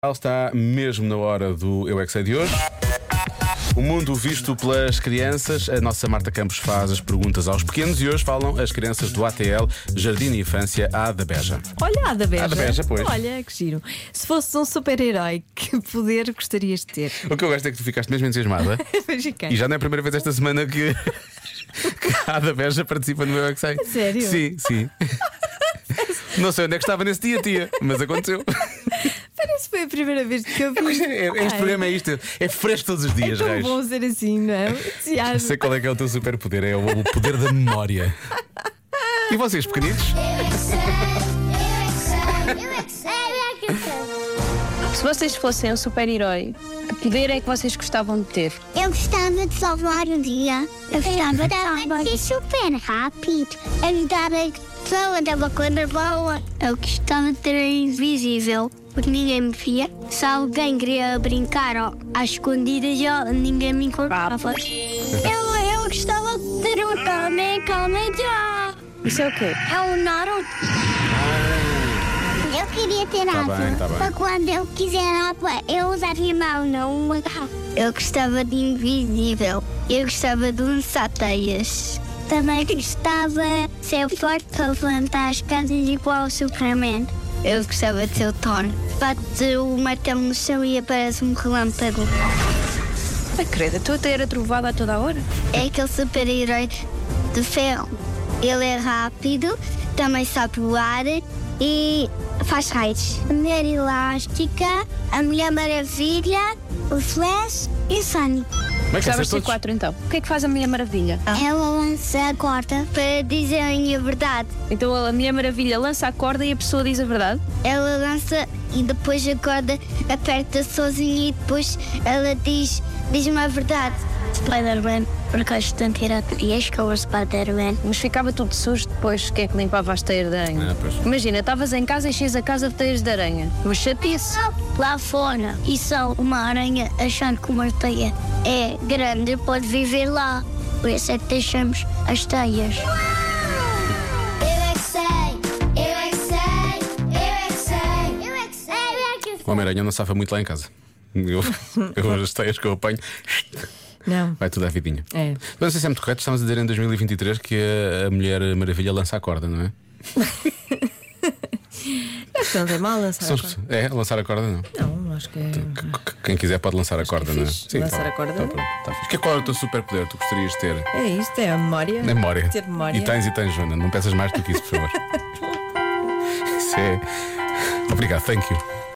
Está mesmo na hora do Eu é que Sei de hoje. O mundo visto pelas crianças. A nossa Marta Campos faz as perguntas aos pequenos e hoje falam as crianças do ATL, Jardim de Infância A da Beja. Olha, a da Beja. A da Beja, pois. Olha, que giro. Se fosse um super-herói, que poder gostarias de ter? O que eu gosto é que tu ficaste mesmo entusiasmada. E já não é a primeira vez esta semana que a da Beja participa no Eu é que Sei. Sério? Sim, sim. Não sei onde é que estava nesse dia, tia, mas aconteceu. Parece que foi a primeira vez que eu vi. Este programa é isto, é fresco todos os dias, é tão Reis. bom ser assim, não é? Eu sei qual é que é o teu superpoder, é o poder da memória. E vocês, pequenitos? Se vocês fossem um super-herói, que poder é que vocês gostavam de ter? Eu gostava de salvar o dia. Eu gostava de ser super rápido. Eu gostava de ter uma coisa boa. Eu gostava de ser invisível, porque ninguém me via. Se alguém queria brincar às escondidas, ninguém me encontrava. Eu gostava de ter um calma já. Isso é o quê? É um Naruto. Eu queria ter água, tá bem. para quando eu quiser água, eu usar a mão, não uma garrafa. Eu gostava de invisível. Eu gostava de lançar teias. Também gostava de ser forte para levantar as casas igual ao Superman. Eu gostava de ser o Thor. Bate o martelo no chão e aparece um relâmpago. Ai, credo, estou a ter a trovada a toda a hora. É aquele super-herói de ferro. Ele é rápido, também sabe voar e faz raios. A Mulher Elástica, a Mulher Maravilha, o Flash e o Sonic. Como é que Gostavas de ser todos? 4 então. O que é que faz a Mulher Maravilha? Ela lança a corda para dizerem a verdade. Então a Mulher Maravilha lança a corda e a pessoa diz a verdade? Ela lança e depois a corda aperta sozinha e depois ela diz-me a verdade. Spider-Man, porque acho tanto terapias que o Spider-Man. Mas ficava tudo sujo depois. Quem é que limpava as teias de aranha? Pois. Imagina, estavas em casa e enchias a casa de teias de aranha. Mas chatice. Lá fora, e só uma aranha achando que uma teia é grande pode viver lá. Por isso é que deixamos as teias. Eu é que sei, eu é que sei, eu é que sei, eu é que sei, eu é que sei. O Homem-Aranha não safa muito lá em casa. Eu as teias que eu apanho, Não. vai tudo à vidinha. É. Mas não sei se é muito correto, estamos a dizer em 2023 que a Mulher Maravilha lança a corda, não é? Acho que não tem mal lançar a corda. É, lançar a corda não. Não, acho que é. Quem quiser pode lançar a corda, não é? fixe. Lançar a corda. pronto, tá fixe. Qual é o teu superpoder que tu gostarias de ter? É isto, é a memória. Na memória. Ter memória. E tens, Joana. Não peças mais do que isso, por favor. Isso é. Obrigado, thank you.